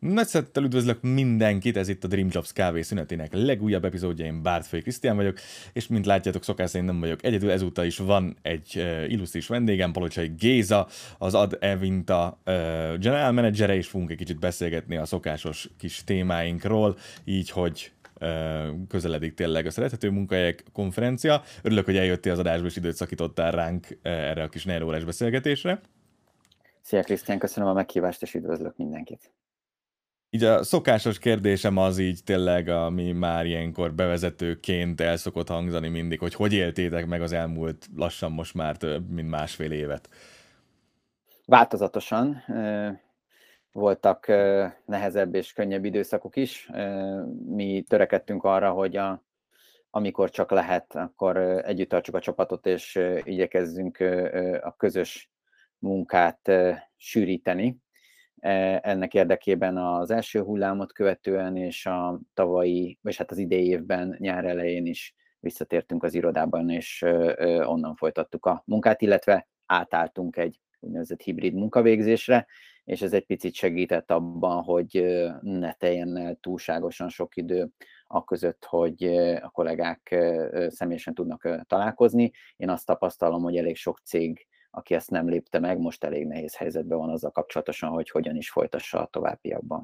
Nagy szeretettel üdvözlök mindenkit, ez itt a Dream Jobs kávé szünetének legújabb epizódja, én Bártfai Krisztián vagyok, és mint látjátok, szokás szerint nem vagyok egyedül, ezúttal is van egy illusztris vendégem, Palocsai Géza, az Ad Evinta general managere, és fogunk egy kicsit beszélgetni a szokásos kis témáinkról, így, hogy közeledik tényleg a Szerethető Munkahelyek konferencia. Örülök, hogy eljöttél az adásba, és időt szakítottál ránk erre a kis 4 órás beszélgetésre. Szia Krisztián, köszönöm a meghívást, és üdvözlök mindenkit. Így a szokásos kérdésem az így tényleg, ami már ilyenkor bevezetőként el szokott hangzani mindig, hogy éltétek meg az elmúlt lassan most már több mint másfél évet? Változatosan voltak nehezebb és könnyebb időszakok is. Mi törekedtünk arra, hogy amikor csak lehet, akkor együtt tartsuk a csapatot, és igyekezzünk a közös munkát sűríteni. Ennek érdekében az első hullámot követően és a tavalyi, vagy hát az idei évben nyár elején is visszatértünk az irodában, és onnan folytattuk a munkát, illetve átálltunk egy úgynevezett hibrid munkavégzésre, és ez egy picit segített abban, hogy ne teljen el túlságosan sok idő aközött, hogy a kollégák személyesen tudnak találkozni. Én azt tapasztalom, hogy elég sok cég, aki ezt nem lépte meg, most elég nehéz helyzetben van azzal kapcsolatosan, hogy hogyan is folytassa a továbbiakban.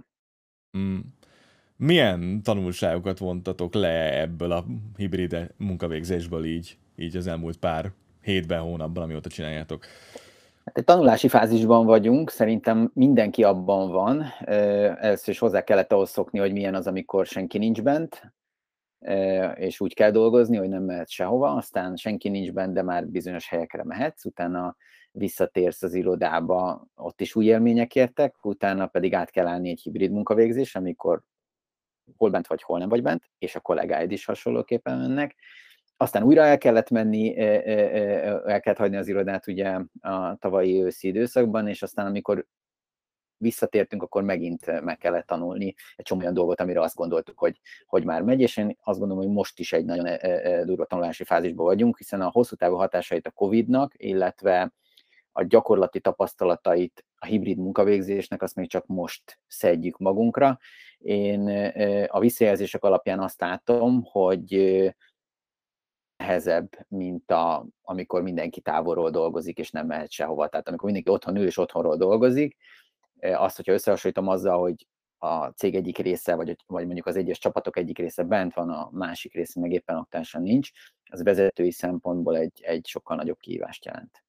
Milyen tanulságokat vontatok le ebből a hibrid munkavégzésből így az elmúlt pár hétben, hónapban, amióta csináljátok? Hát egy tanulási fázisban vagyunk, szerintem mindenki abban van. Először is hozzá kellett ahhoz szokni, hogy milyen az, amikor senki nincs bent, és úgy kell dolgozni, hogy nem mehet sehova, aztán senki nincs bent, de már bizonyos helyekre mehetsz, utána visszatérsz az irodába, ott is új élmények értek, utána pedig át kell állni egy hibrid munkavégzés, amikor hol bent vagy, hol nem vagy bent, és a kollégáid is hasonlóképpen mennek. Aztán újra el kellett menni, el kellett hagyni az irodát ugye a tavalyi őszi időszakban, és aztán amikor visszatértünk, akkor megint meg kellett tanulni egy csomó olyan dolgot, amire azt gondoltuk, hogy már megy, és én azt gondolom, hogy most is egy nagyon durva tanulási fázisban vagyunk, hiszen a hosszú távú hatásait a Covid-nak, illetve a gyakorlati tapasztalatait a hibrid munkavégzésnek azt még csak most szedjük magunkra. Én a visszajelzések alapján azt látom, hogy nehezebb, mint amikor mindenki távolról dolgozik, és nem mehet sehova. Tehát amikor mindenki otthon ül, és otthonról dolgozik, azt, hogyha összehasonlítom azzal, hogy a cég egyik része, vagy mondjuk az egyes csapatok egyik része bent van, a másik része meg éppen aktuálisan nincs, az vezetői szempontból egy sokkal nagyobb kihívást jelent.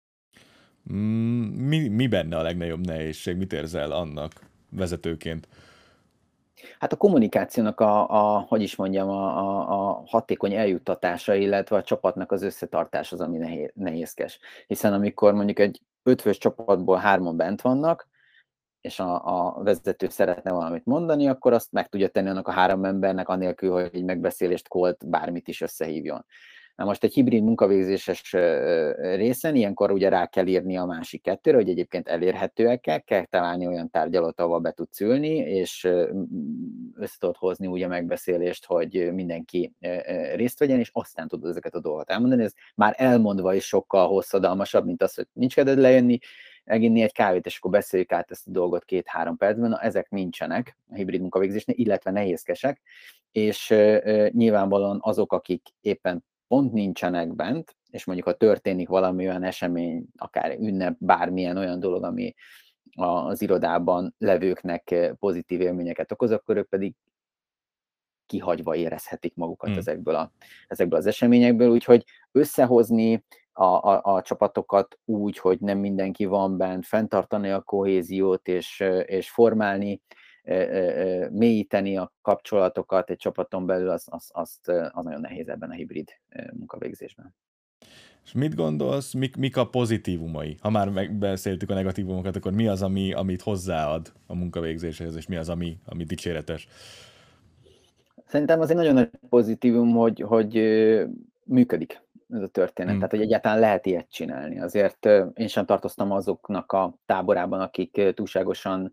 Mi benne a legnagyobb nehézség? Mit érzel annak vezetőként? Hát a kommunikációnak hogy is mondjam, a hatékony eljuttatása, illetve a csapatnak az összetartás az, ami nehézkes. Hiszen amikor mondjuk egy ötfős csapatból 3-an bent vannak, és a vezető szeretne valamit mondani, akkor azt meg tudja tenni annak a 3 embernek, anélkül, hogy egy megbeszélést, callt, bármit is összehívjon. Na most egy hibrid munkavégzéses részen ilyenkor ugye rá kell írni a másik kettőre, hogy egyébként elérhetőek kell találni olyan tárgyalót, ahol be tudsz ülni, és össze tudod hozni úgy a megbeszélést, hogy mindenki részt vegyen, és aztán tudod ezeket a dolgokat elmondani. Ez már elmondva is sokkal hosszadalmasabb, mint az, hogy nincs kedved lejönni, meginni egy kávét, és akkor beszéljük át ezt a dolgot 2-3 percben. Na, ezek nincsenek a hibrid munkavégzésnél, illetve nehézkesek, és nyilvánvalóan azok, akik éppen pont nincsenek bent, és mondjuk ha történik valami olyan esemény, akár ünnep, bármilyen olyan dolog, ami az irodában levőknek pozitív élményeket okoz, akkor ők pedig kihagyva érezhetik magukat ezekből az eseményekből, úgyhogy összehozni a csapatokat úgy, hogy nem mindenki van bent, fenntartani a kohéziót és formálni, mélyíteni a kapcsolatokat egy csapaton belül, az nagyon nehéz ebben a hibrid munkavégzésben. És mit gondolsz, mik a pozitívumai? Ha már megbeszéltük a negatívumokat, akkor mi az, amit hozzáad a munkavégzéshez, és mi az, ami dicséretes? Szerintem az egy nagyon nagy pozitívum, hogy működik ez a történet, tehát hogy egyáltalán lehet ilyet csinálni. Azért én sem tartoztam azoknak a táborában, akik túlságosan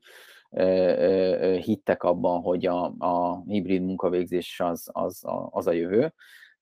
hittek abban, hogy a hibrid munkavégzés az a jövő.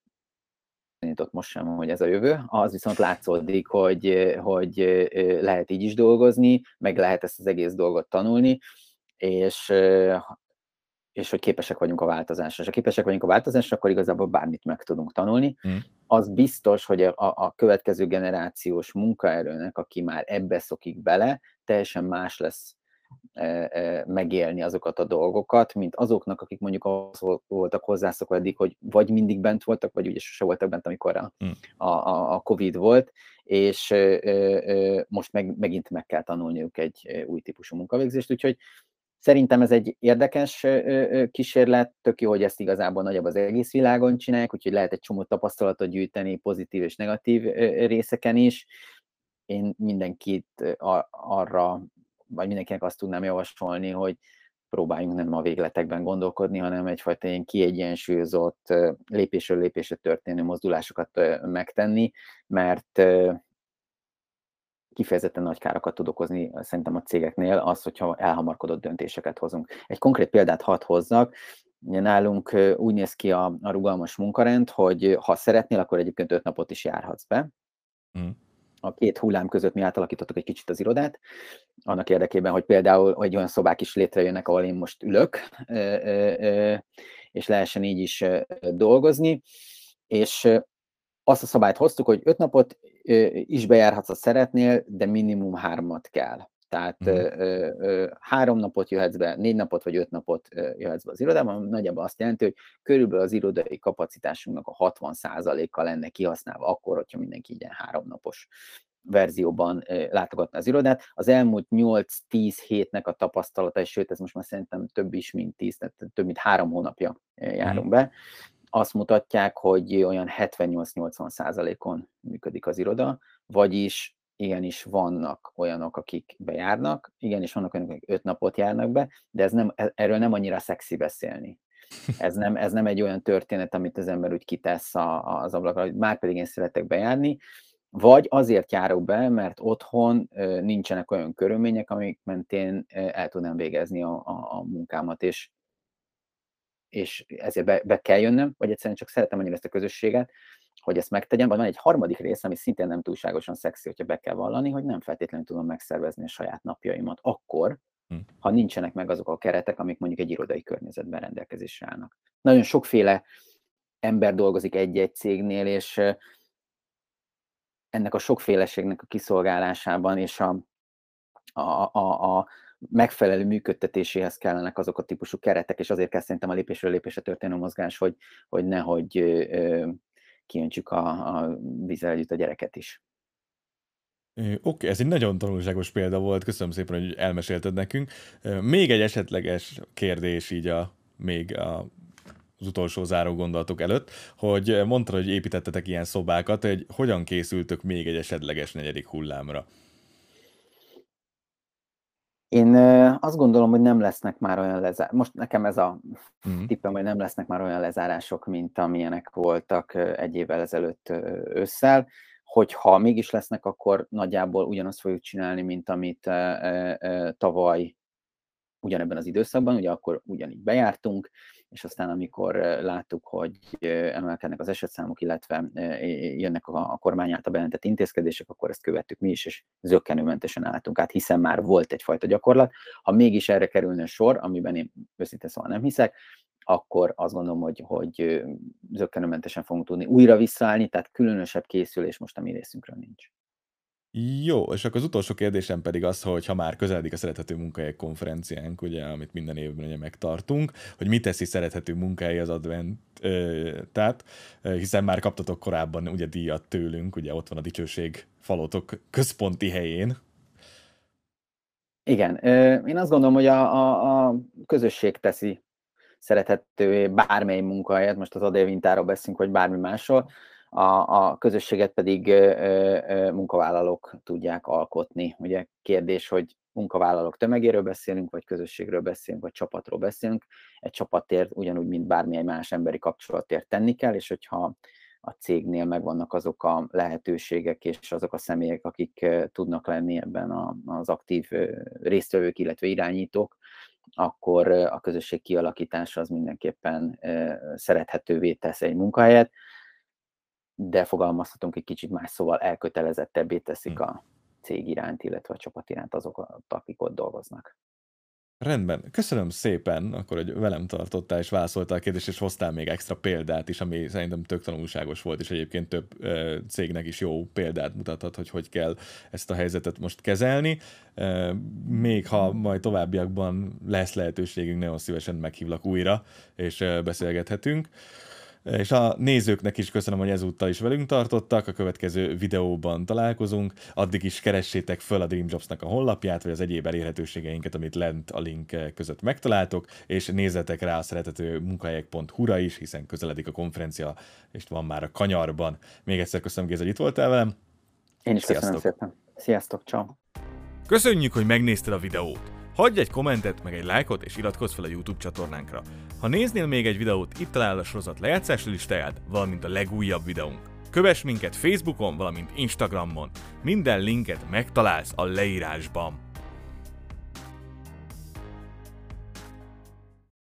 Ott most sem, hogy ez a jövő, az viszont látszódik, hogy lehet így is dolgozni, meg lehet ezt az egész dolgot tanulni, és, és hogy képesek vagyunk a változásra. És ha képesek vagyunk a változásra, akkor igazából bármit meg tudunk tanulni. Az biztos, hogy a következő generációs munkaerőnek, aki már ebbe szokik bele, teljesen más lesz megélni azokat a dolgokat, mint azoknak, akik mondjuk az voltak hozzászokva eddig, hogy vagy mindig bent voltak, vagy ugye sose voltak bent, amikor a Covid volt, és most megint meg kell tanulniuk egy új típusú munkavégzést, úgyhogy szerintem ez egy érdekes kísérlet, tök jó, hogy ezt igazából nagyobb az egész világon csinálják, úgyhogy lehet egy csomó tapasztalatot gyűjteni pozitív és negatív részeken is. Én mindenkit arra, vagy mindenkinek azt tudnám javasolni, hogy próbáljunk nem a végletekben gondolkodni, hanem egyfajta ilyen kiegyensúlyozott, lépésről lépésre történő mozdulásokat megtenni, mert kifejezetten nagy károkat tud okozni szerintem a cégeknél az, hogyha elhamarkodott döntéseket hozunk. Egy konkrét példát hadd hozzak. Nálunk úgy néz ki a rugalmas munkarend, hogy ha szeretnél, akkor egyébként 5 napot is járhatsz be. A 2 hullám között mi átalakítottuk egy kicsit az irodát, annak érdekében, hogy például hogy olyan szobák is létrejönnek, ahol én most ülök, és lehessen így is dolgozni, és azt a szabályt hoztuk, hogy 5 napot is bejárhatsz, ha szeretnél, de minimum 3-at kell. Tehát 3 napot jöhetsz be, 4 napot vagy 5 napot jöhetsz be az irodában, nagyjából azt jelenti, hogy körülbelül az irodai kapacitásunknak a 60%-a lenne kihasználva akkor, hogyha mindenki ilyen 3 napos verzióban látogatna az irodát. Az elmúlt 8-10 hétnek a tapasztalata, és sőt, ez most már szerintem több is, mint 10, tehát több mint 3 hónapja járunk be, azt mutatják, hogy olyan 78-80%-on működik az iroda, vagyis igenis vannak olyanok, akik bejárnak, igenis vannak olyanok, akik 5 napot járnak be, de erről nem annyira szexi beszélni. Ez nem egy olyan történet, amit az ember úgy kitesz az ablakra, hogy már pedig én szeretek bejárni, vagy azért járok be, mert otthon nincsenek olyan körülmények, amik mentén el tudnám végezni a munkámat, és ezért be kell jönnöm, vagy egyszerűen csak szeretem annyira ezt a közösséget, hogy ezt megtegyem, vagy van egy harmadik rész, ami szintén nem túlságosan szexi, hogyha be kell vallani, hogy nem feltétlenül tudom megszervezni a saját napjaimat akkor, ha nincsenek meg azok a keretek, amik mondjuk egy irodai környezetben rendelkezésre állnak. Nagyon sokféle ember dolgozik egy-egy cégnél, és ennek a sokféleségnek a kiszolgálásában és a megfelelő működtetéséhez kellenek azok a típusú keretek, és azért kell szerintem a lépésről lépésre történő mozgás, hogy nehogy kiöntsük a vízzel együtt a gyereket is. Oké, ez egy nagyon tanulságos példa volt, köszönöm szépen, hogy elmesélted nekünk. Még egy esetleges kérdés így az utolsó záró gondolatok előtt, hogy mondtad, hogy építettetek ilyen szobákat, hogy hogyan készültök még egy esetleges 4. hullámra? Én azt gondolom, hogy nem lesznek már olyan most nekem ez a tippem, hogy nem lesznek már olyan lezárások, mint amilyenek voltak 1 évvel ezelőtt ősszel. Hogyha mégis lesznek, akkor nagyjából ugyanazt fogjuk csinálni, mint amit tavaly ugyanebben az időszakban, ugye akkor ugyanígy bejártunk, és aztán amikor láttuk, hogy emelkednek az esetszámok, illetve jönnek a kormány által bejelentett intézkedések, akkor ezt követtük mi is, és zökkenőmentesen álltunk át, hiszen már volt egyfajta gyakorlat. Ha mégis erre kerülne sor, amiben én őszintén szóval nem hiszek, akkor azt gondolom, hogy zökkenőmentesen fogunk tudni újra visszaállni, tehát különösebb készülés most a mi részünkről nincs. Jó, és akkor az utolsó kérdésem pedig az, hogy ha már közeledik a Szerethető Munkahelyek konferenciánk, ugye, amit minden évben ugye megtartunk, hogy mit teszi szerethető munkahely az adventát, hiszen már kaptatok korábban ugye díjat tőlünk, ugye ott van a dicsőség falotok központi helyén. Igen, én azt gondolom, hogy a közösség teszi szerethetővé bármely munkahelyet, most az adélvintáról beszélünk, vagy bármi másról, a közösséget pedig munkavállalók tudják alkotni. Ugye kérdés, hogy munkavállalók tömegéről beszélünk, vagy közösségről beszélünk, vagy csapatról beszélünk. Egy csapatért ugyanúgy, mint bármilyen más emberi kapcsolatért tenni kell, és hogyha a cégnél megvannak azok a lehetőségek és azok a személyek, akik tudnak lenni ebben az aktív résztvevők, illetve irányítók, akkor a közösség kialakítása az mindenképpen szerethetővé tesz egy munkahelyet, de fogalmazhatunk egy kicsit más szóval, elkötelezettebbé teszik a cég iránt, illetve a csapat iránt azok, akik ott dolgoznak. Rendben, köszönöm szépen, akkor, hogy velem tartottál és válaszoltál a kérdést, és hoztál még extra példát is, ami szerintem tök tanulságos volt, és egyébként több cégnek is jó példát mutathat, hogy kell ezt a helyzetet most kezelni. Még ha majd továbbiakban lesz lehetőségünk, nagyon szívesen meghívlak újra, és beszélgethetünk. És a nézőknek is köszönöm, hogy ezúttal is velünk tartottak, a következő videóban találkozunk, addig is keressétek föl a DreamJobs-nak a honlapját, vagy az egyéb elérhetőségeinket, amit lent a link között megtaláltok, és nézzetek rá a szeretetőmunkahelyek.hu-ra is, hiszen közeledik a konferencia, és van már a Kanyarban. Még egyszer köszönöm, Géza, hogy itt voltál velem. Én is köszönöm szépen. Sziasztok, ciao. Köszönjük, hogy megnézted a videót! Hagyj egy kommentet, meg egy lájkot, és iratkozz fel a YouTube csatornánkra. Ha néznél még egy videót, itt találod a sorozat lejátszási listáját, valamint a legújabb videónk. Kövess minket Facebookon, valamint Instagramon. Minden linket megtalálsz a leírásban.